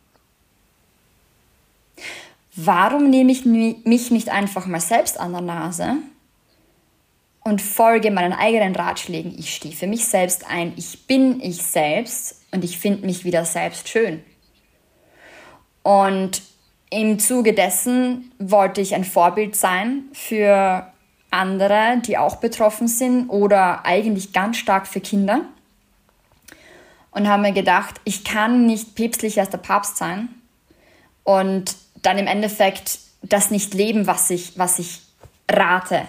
Speaker 2: Warum nehme ich mich nicht einfach mal selbst an der Nase und folge meinen eigenen Ratschlägen? Ich stehe für mich selbst ein, ich bin ich selbst und ich finde mich wieder selbst schön. Und im Zuge dessen wollte ich ein Vorbild sein für andere, die auch betroffen sind oder eigentlich ganz stark für Kinder. Und habe mir gedacht, ich kann nicht päpstlicher als der Papst sein und dann im Endeffekt das nicht leben, was ich rate.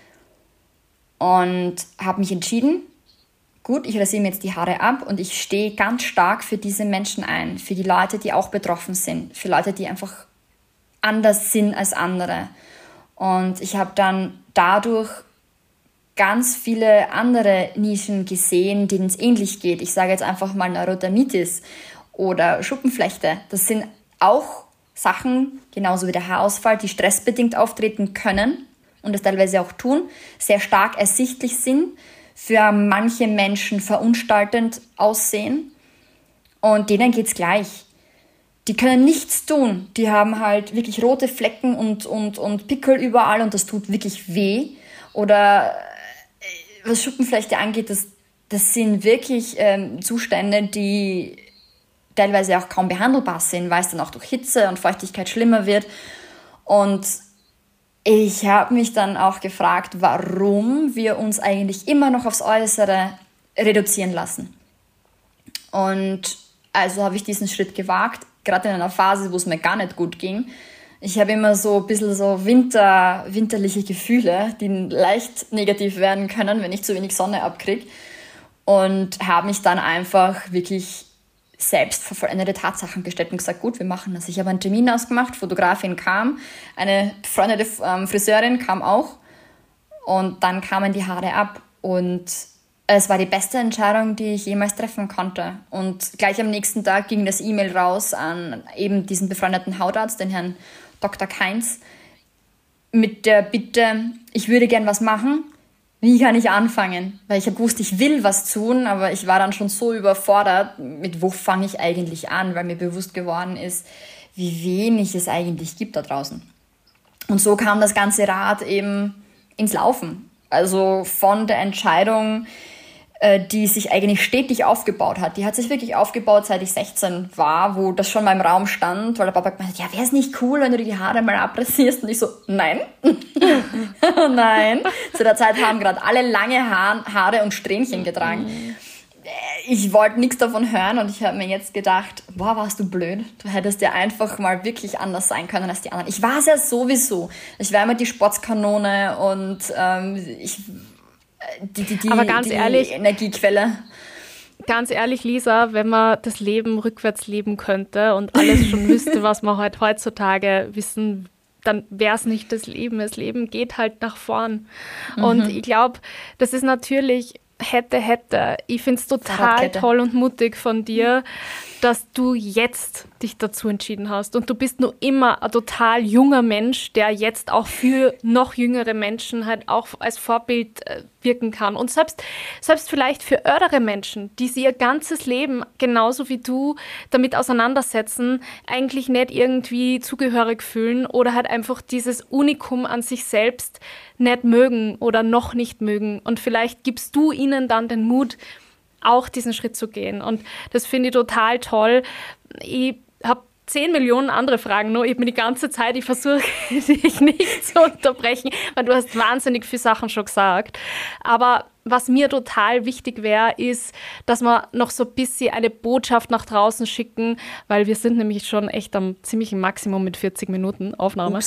Speaker 2: Und habe mich entschieden, gut, ich rasiere mir jetzt die Haare ab und ich stehe ganz stark für diese Menschen ein, für die Leute, die auch betroffen sind, für Leute, die einfach anders sind als andere. Und ich habe dann dadurch ganz viele andere Nischen gesehen, denen es ähnlich geht. Ich sage jetzt einfach mal Neurodermitis oder Schuppenflechte. Das sind auch Sachen, genauso wie der Haarausfall, die stressbedingt auftreten können und das teilweise auch tun, sehr stark ersichtlich sind, für manche Menschen verunstaltend aussehen und denen geht's gleich. Die können nichts tun. Die haben halt wirklich rote Flecken und Pickel überall und das tut wirklich weh. Oder was Schuppenflechte angeht, das sind wirklich Zustände, die teilweise auch kaum behandelbar sind, weil es dann auch durch Hitze und Feuchtigkeit schlimmer wird. Und ich habe mich dann auch gefragt, warum wir uns eigentlich immer noch aufs Äußere reduzieren lassen. Und also habe ich diesen Schritt gewagt, gerade in einer Phase, wo es mir gar nicht gut ging. Ich habe immer so ein bisschen so winterliche Gefühle, die leicht negativ werden können, wenn ich zu wenig Sonne abkriege. Und habe mich dann einfach wirklich selbst vor vollendete Tatsachen gestellt und gesagt, gut, wir machen das. Ich habe einen Termin ausgemacht, Fotografin kam, eine befreundete Friseurin kam auch und dann kamen die Haare ab und es war die beste Entscheidung, die ich jemals treffen konnte. Und gleich am nächsten Tag ging das E-Mail raus an eben diesen befreundeten Hautarzt, den Herrn Dr. Kainz, mit der Bitte, ich würde gern was machen. Wie kann ich anfangen? Weil ich habe gewusst, ich will was tun, aber ich war dann schon so überfordert, mit wo fange ich eigentlich an, weil mir bewusst geworden ist, wie wenig es eigentlich gibt da draußen. Und so kam das ganze Rad eben ins Laufen. Also von der Entscheidung, die sich eigentlich stetig aufgebaut hat. Die hat sich wirklich aufgebaut, seit ich 16 war, wo das schon mal im Raum stand, weil der Papa gemeint hat, ja, wäre es nicht cool, wenn du dir die Haare mal abrasierst? Und ich so, nein. Nein. Zu der Zeit haben gerade alle lange Haare und Strähnchen getragen. Ich wollte nichts davon hören und ich habe mir jetzt gedacht, boah, warst du blöd. Du hättest ja einfach mal wirklich anders sein können als die anderen. Ich war es ja sowieso. Ich war immer die Sportskanone und
Speaker 1: aber ganz ehrlich,
Speaker 2: Energiequelle.
Speaker 1: Ganz ehrlich, Lisa, wenn man das Leben rückwärts leben könnte und alles schon wüsste, was wir heutzutage wissen, dann wäre es nicht das Leben. Das Leben geht halt nach vorn. Und ich glaube, das ist natürlich hätte. Ich finde es total toll und mutig von dir, dass du jetzt dich dazu entschieden hast. Und du bist nur immer ein total junger Mensch, der jetzt auch für noch jüngere Menschen halt auch als Vorbild wirken kann. Und selbst vielleicht für ältere Menschen, die sich ihr ganzes Leben, genauso wie du, damit auseinandersetzen, eigentlich nicht irgendwie zugehörig fühlen oder halt einfach dieses Unikum an sich selbst nicht mögen oder noch nicht mögen. Und vielleicht gibst du ihnen dann den Mut, auch diesen Schritt zu gehen. Und das finde ich total toll. Ich habe 10 Millionen andere Fragen noch. Ich habe mir die ganze Zeit, ich versuche dich nicht zu unterbrechen, weil du hast wahnsinnig viele Sachen schon gesagt. Aber was mir total wichtig wäre, ist, dass wir noch so ein bisschen eine Botschaft nach draußen schicken, weil wir sind nämlich schon echt am ziemlichen Maximum mit 40 Minuten Aufnahme.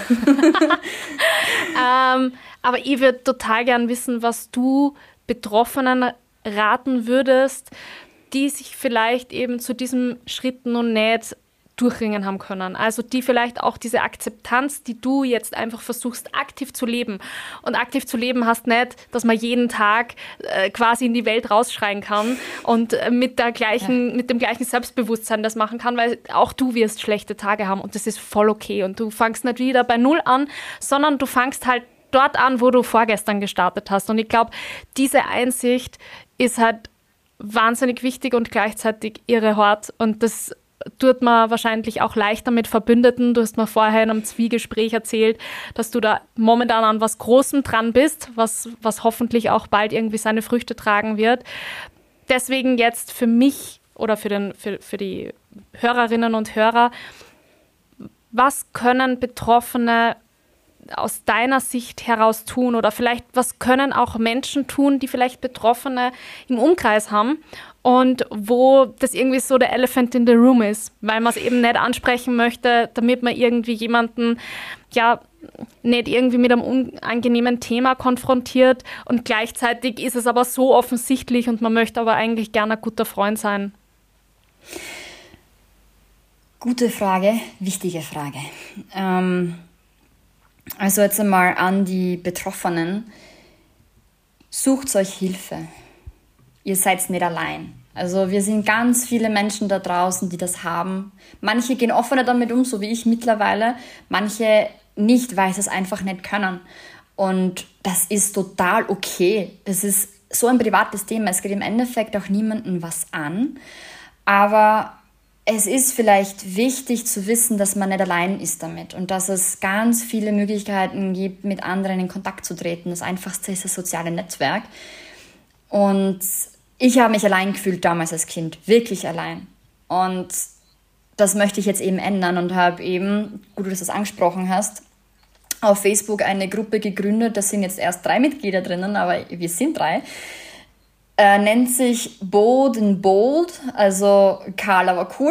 Speaker 1: Aber ich würde total gern wissen, was du Betroffenen raten würdest, die sich vielleicht eben zu diesem Schritt noch nicht durchringen haben können. Also die vielleicht auch diese Akzeptanz, die du jetzt einfach versuchst, aktiv zu leben. Und aktiv zu leben heißt nicht, dass man jeden Tag quasi in die Welt rausschreien kann und mit dem gleichen Selbstbewusstsein das machen kann, weil auch du wirst schlechte Tage haben und das ist voll okay. Und du fangst nicht wieder bei Null an, sondern du fangst halt dort an, wo du vorgestern gestartet hast. Und ich glaube, diese Einsicht ist halt wahnsinnig wichtig und gleichzeitig irre hart. Und das tut man wahrscheinlich auch leichter mit Verbündeten. Du hast mir vorher in einem Zwiegespräch erzählt, dass du da momentan an was Großem dran bist, was hoffentlich auch bald irgendwie seine Früchte tragen wird. Deswegen jetzt für mich oder für die Hörerinnen und Hörer, was können Betroffene aus deiner Sicht heraus tun oder vielleicht was können auch Menschen tun, die vielleicht Betroffene im Umkreis haben und wo das irgendwie so der Elephant in the Room ist, weil man es eben nicht ansprechen möchte, damit man irgendwie jemanden ja nicht irgendwie mit einem unangenehmen Thema konfrontiert und gleichzeitig ist es aber so offensichtlich und man möchte aber eigentlich gerne ein guter Freund sein.
Speaker 2: Gute Frage, wichtige Frage. Also jetzt einmal an die Betroffenen. Sucht euch Hilfe. Ihr seid nicht allein. Also wir sind ganz viele Menschen da draußen, die das haben. Manche gehen offener damit um, so wie ich mittlerweile. Manche nicht, weil sie es einfach nicht können. Und das ist total okay. Das ist so ein privates Thema. Es geht im Endeffekt auch niemandem was an. Aber es ist vielleicht wichtig zu wissen, dass man nicht allein ist damit und dass es ganz viele Möglichkeiten gibt, mit anderen in Kontakt zu treten. Das Einfachste ist das soziale Netzwerk. Und ich habe mich allein gefühlt damals als Kind, wirklich allein. Und das möchte ich jetzt eben ändern und habe eben, gut, dass du das angesprochen hast, auf Facebook eine Gruppe gegründet. Da sind jetzt erst 3 Mitglieder drinnen, aber wir sind 3. Nennt sich Bold and Bold, also Karl aber cool.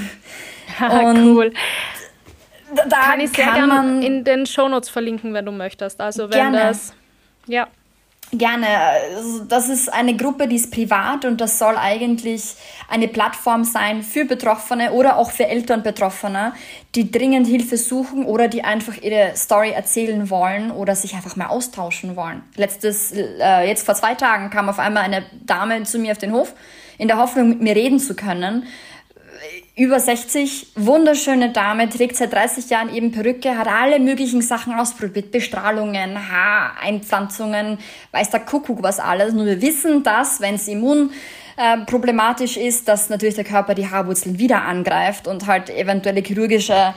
Speaker 2: Und
Speaker 1: cool. Da kann ich sehr gerne in den Shownotes verlinken, wenn du möchtest. Also wenn
Speaker 2: gerne.
Speaker 1: Das, ja.
Speaker 2: Gerne. Das ist eine Gruppe, die ist privat und das soll eigentlich eine Plattform sein für Betroffene oder auch für Eltern Betroffener, die dringend Hilfe suchen oder die einfach ihre Story erzählen wollen oder sich einfach mal austauschen wollen. Jetzt vor 2 Tagen kam auf einmal eine Dame zu mir auf den Hof, in der Hoffnung, mit mir reden zu können. Über 60, wunderschöne Dame, trägt seit 30 Jahren eben Perücke, hat alle möglichen Sachen ausprobiert, Bestrahlungen, Haareinpflanzungen, weiß der Kuckuck was alles. Nur wir wissen, dass, wenn es immunproblematisch ist, dass natürlich der Körper die Haarwurzeln wieder angreift und halt eventuelle chirurgische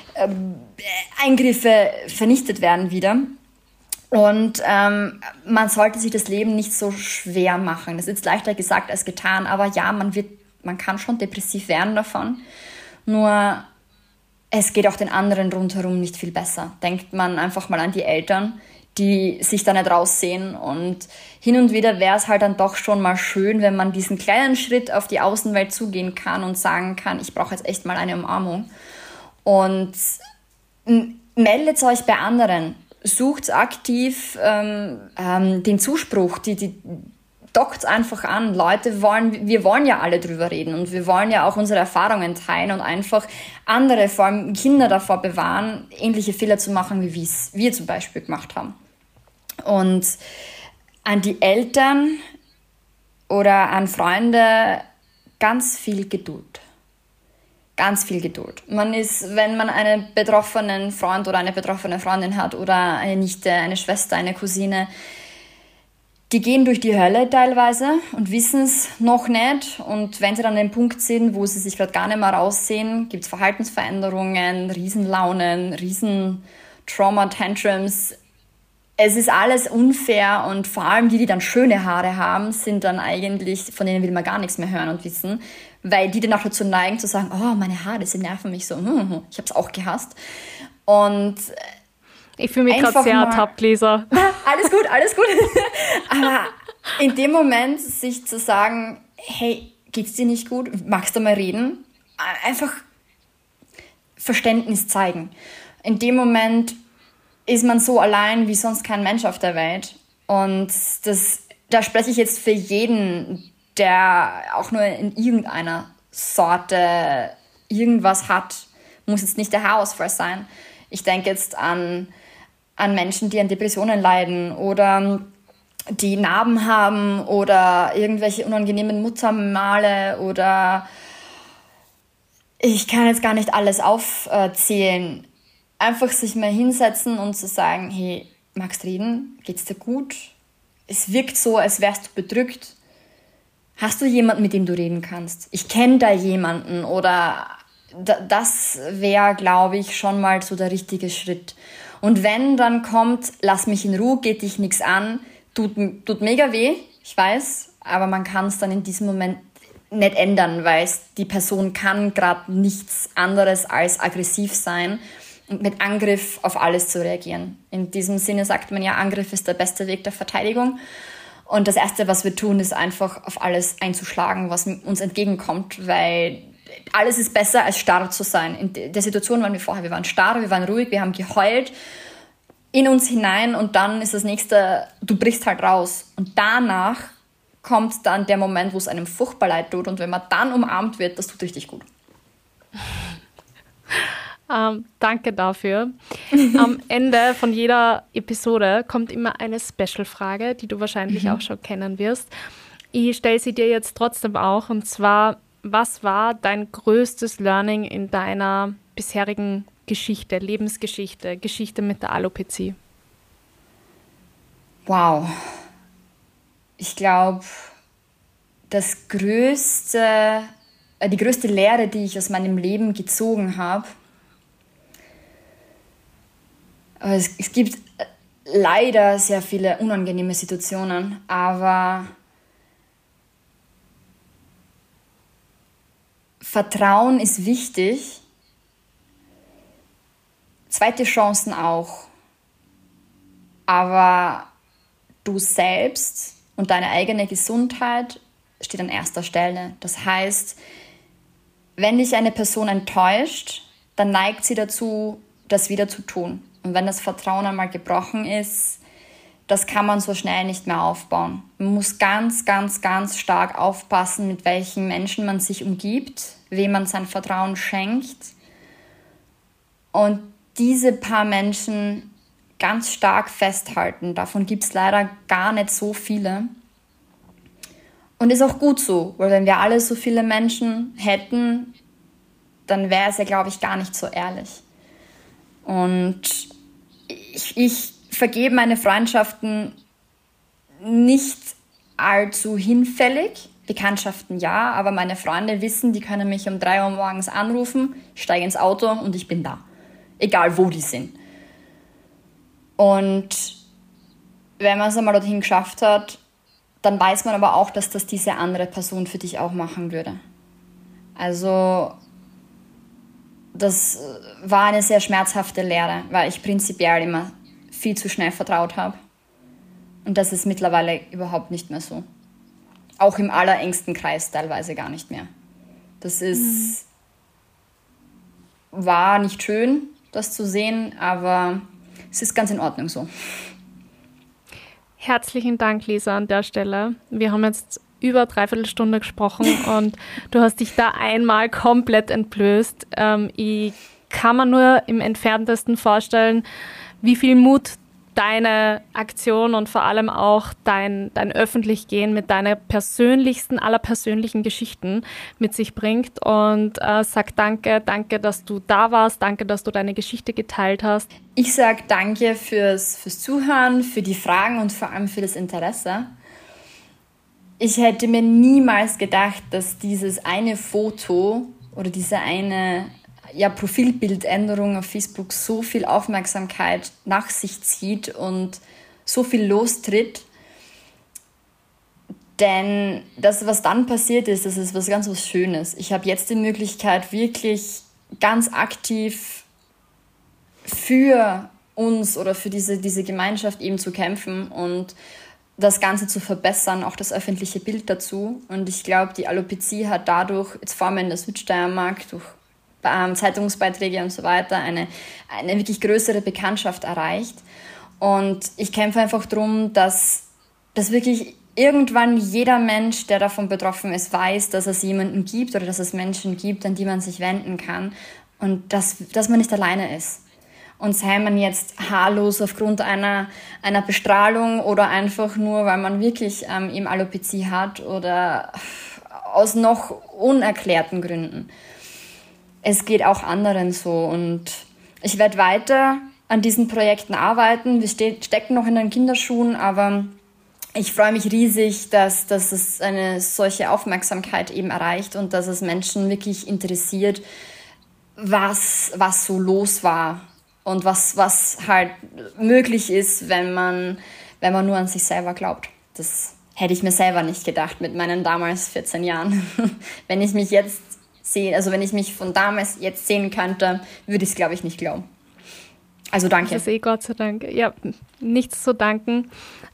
Speaker 2: Eingriffe vernichtet werden wieder. Und man sollte sich das Leben nicht so schwer machen. Das ist jetzt leichter gesagt als getan, aber ja, man kann schon depressiv werden davon, nur es geht auch den anderen rundherum nicht viel besser. Denkt man einfach mal an die Eltern, die sich da nicht raussehen und hin und wieder wäre es halt dann doch schon mal schön, wenn man diesen kleinen Schritt auf die Außenwelt zugehen kann und sagen kann, ich brauche jetzt echt mal eine Umarmung und meldet euch bei anderen, sucht aktiv den Zuspruch, dockt einfach an. Leute wir wollen ja alle drüber reden und wir wollen ja auch unsere Erfahrungen teilen und einfach andere, vor allem Kinder davor bewahren, ähnliche Fehler zu machen, wie wir zum Beispiel gemacht haben. Und an die Eltern oder an Freunde ganz viel Geduld. Ganz viel Geduld. Wenn man einen betroffenen Freund oder eine betroffene Freundin hat oder eine Nichte, eine Schwester, eine Cousine, die gehen durch die Hölle teilweise und wissen es noch nicht. Und wenn sie dann an dem Punkt sind, wo sie sich gerade gar nicht mehr raussehen, gibt es Verhaltensveränderungen, Riesenlaunen, Riesen-Trauma-Tantrums. Es ist alles unfair und vor allem die dann schöne Haare haben, sind dann eigentlich, von denen will man gar nichts mehr hören und wissen, weil die dann auch dazu neigen zu sagen, oh, meine Haare, sie nerven mich so. Ich habe es auch gehasst. Und
Speaker 1: ich fühle mich gerade sehr ertappt, Lisa.
Speaker 2: Alles gut. Aber in dem Moment sich zu sagen, hey, geht's dir nicht gut? Magst du mal reden? Einfach Verständnis zeigen. In dem Moment ist man so allein wie sonst kein Mensch auf der Welt. Und da spreche ich jetzt für jeden, der auch nur in irgendeiner Sorte irgendwas hat. Muss jetzt nicht der Haarausfall sein. Ich denke jetzt an Menschen, die an Depressionen leiden oder die Narben haben oder irgendwelche unangenehmen Muttermale oder ich kann jetzt gar nicht alles aufzählen. Einfach sich mal hinsetzen und zu sagen, hey, magst du reden? Geht's dir gut? Es wirkt so, als wärst du bedrückt. Hast du jemanden, mit dem du reden kannst? Ich kenne da jemanden oder das wäre, glaube ich, schon mal so der richtige Schritt. Und wenn dann kommt, lass mich in Ruhe, geht dich nichts an, tut mega weh, ich weiß, aber man kann es dann in diesem Moment nicht ändern, weil die Person kann gerade nichts anderes als aggressiv sein und mit Angriff auf alles zu reagieren. In diesem Sinne sagt man ja, Angriff ist der beste Weg der Verteidigung. Und das Erste, was wir tun, ist einfach auf alles einzuschlagen, was uns entgegenkommt, weil alles ist besser, als starr zu sein. In der Situation waren wir vorher, wir waren starr, wir waren ruhig, wir haben geheult in uns hinein und dann ist das Nächste, du brichst halt raus. Und danach kommt dann der Moment, wo es einem furchtbar leid tut und wenn man dann umarmt wird, das tut richtig gut.
Speaker 1: Danke dafür. Am Ende von jeder Episode kommt immer eine Special-Frage, die du wahrscheinlich auch schon kennen wirst. Ich stelle sie dir jetzt trotzdem auch, und zwar, was war dein größtes Learning in deiner bisherigen Geschichte, Lebensgeschichte, Geschichte mit der Alopecia?
Speaker 2: Wow. Ich glaube, die größte Lehre, die ich aus meinem Leben gezogen habe, es gibt leider sehr viele unangenehme Situationen, aber Vertrauen ist wichtig, zweite Chancen auch, aber du selbst und deine eigene Gesundheit steht an erster Stelle. Das heißt, wenn dich eine Person enttäuscht, dann neigt sie dazu, das wieder zu tun. Und wenn das Vertrauen einmal gebrochen ist, das kann man so schnell nicht mehr aufbauen. Man muss ganz, ganz, ganz stark aufpassen, mit welchen Menschen man sich umgibt, wem man sein Vertrauen schenkt. Und diese paar Menschen ganz stark festhalten. Davon gibt es leider gar nicht so viele. Und ist auch gut so, weil wenn wir alle so viele Menschen hätten, dann wäre es ja, glaube ich, gar nicht so ehrlich. Und ich vergebe meine Freundschaften nicht allzu hinfällig. Bekanntschaften ja, aber meine Freunde wissen, die können mich um 3 Uhr morgens anrufen, ich steige ins Auto und ich bin da. Egal, wo die sind. Und wenn man es einmal dorthin geschafft hat, dann weiß man aber auch, dass das diese andere Person für dich auch machen würde. Also das war eine sehr schmerzhafte Lehre, weil ich prinzipiell immer viel zu schnell vertraut habe. Und das ist mittlerweile überhaupt nicht mehr so. Auch im allerengsten Kreis teilweise gar nicht mehr. Das war nicht schön, das zu sehen, aber es ist ganz in Ordnung so.
Speaker 1: Herzlichen Dank, Lisa, an der Stelle. Wir haben jetzt über 3/4 Stunde gesprochen und du hast dich da einmal komplett entblößt. Ich kann mir nur im Entferntesten vorstellen, wie viel Mut deine Aktion und vor allem auch dein Öffentlichgehen mit deiner aller persönlichen Geschichten mit sich bringt. Und sag danke, dass du da warst, danke, dass du deine Geschichte geteilt hast.
Speaker 2: Ich sag danke fürs Zuhören, für die Fragen und vor allem für das Interesse. Ich hätte mir niemals gedacht, dass dieses eine Foto oder diese eine Profilbildänderung auf Facebook so viel Aufmerksamkeit nach sich zieht und so viel lostritt. Denn das, was dann passiert ist, das ist was Schönes. Ich habe jetzt die Möglichkeit, wirklich ganz aktiv für uns oder für diese Gemeinschaft eben zu kämpfen und das Ganze zu verbessern, auch das öffentliche Bild dazu. Und ich glaube, die Alopezie hat dadurch, jetzt vor allem in der Südsteiermark, durch Zeitungsbeiträge und so weiter, eine wirklich größere Bekanntschaft erreicht. Und ich kämpfe einfach darum, dass wirklich irgendwann jeder Mensch, der davon betroffen ist, weiß, dass es jemanden gibt oder dass es Menschen gibt, an die man sich wenden kann und dass man nicht alleine ist. Und sei man jetzt haarlos aufgrund einer Bestrahlung oder einfach nur, weil man wirklich eben Alopezie hat oder aus noch unerklärten Gründen. Es geht auch anderen so und ich werde weiter an diesen Projekten arbeiten. Wir stecken noch in den Kinderschuhen, aber ich freue mich riesig, dass es eine solche Aufmerksamkeit eben erreicht und dass es Menschen wirklich interessiert, was so los war und was halt möglich ist, wenn man nur an sich selber glaubt. Das hätte ich mir selber nicht gedacht mit meinen damals 14 Jahren. Wenn ich mich jetzt sehe, also wenn ich mich von damals jetzt sehen könnte, würde ich es, glaube ich, nicht glauben. Also danke.
Speaker 1: Das ist Gott sei Dank. Ja, nichts zu danken.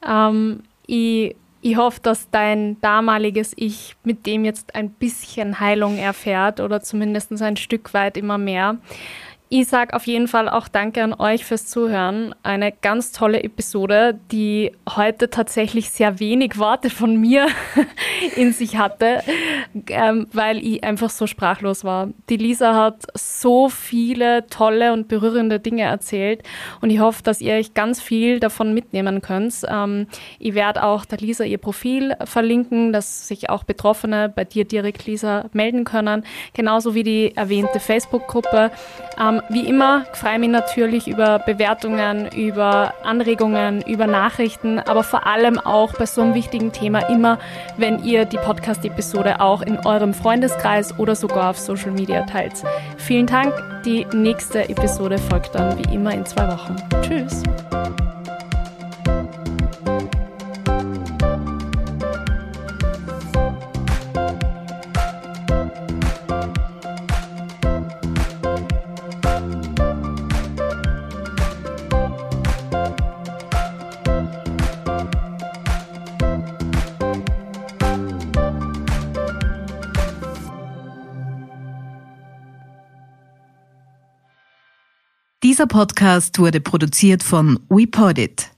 Speaker 1: Ich hoffe, dass dein damaliges Ich mit dem jetzt ein bisschen Heilung erfährt oder zumindest ein Stück weit immer mehr. Ich sage auf jeden Fall auch Danke an euch fürs Zuhören. Eine ganz tolle Episode, die heute tatsächlich sehr wenig Worte von mir in sich hatte, weil ich einfach so sprachlos war. Die Lisa hat so viele tolle und berührende Dinge erzählt und ich hoffe, dass ihr euch ganz viel davon mitnehmen könnt. Ich werde auch der Lisa ihr Profil verlinken, dass sich auch Betroffene bei dir direkt, Lisa, melden können, genauso wie die erwähnte Facebook-Gruppe. Wie immer freue ich mich natürlich über Bewertungen, über Anregungen, über Nachrichten, aber vor allem auch bei so einem wichtigen Thema immer, wenn ihr die Podcast-Episode auch in eurem Freundeskreis oder sogar auf Social Media teilt. Vielen Dank. Die nächste Episode folgt dann wie immer in 2 Wochen. Tschüss.
Speaker 3: Dieser Podcast wurde produziert von WePodit.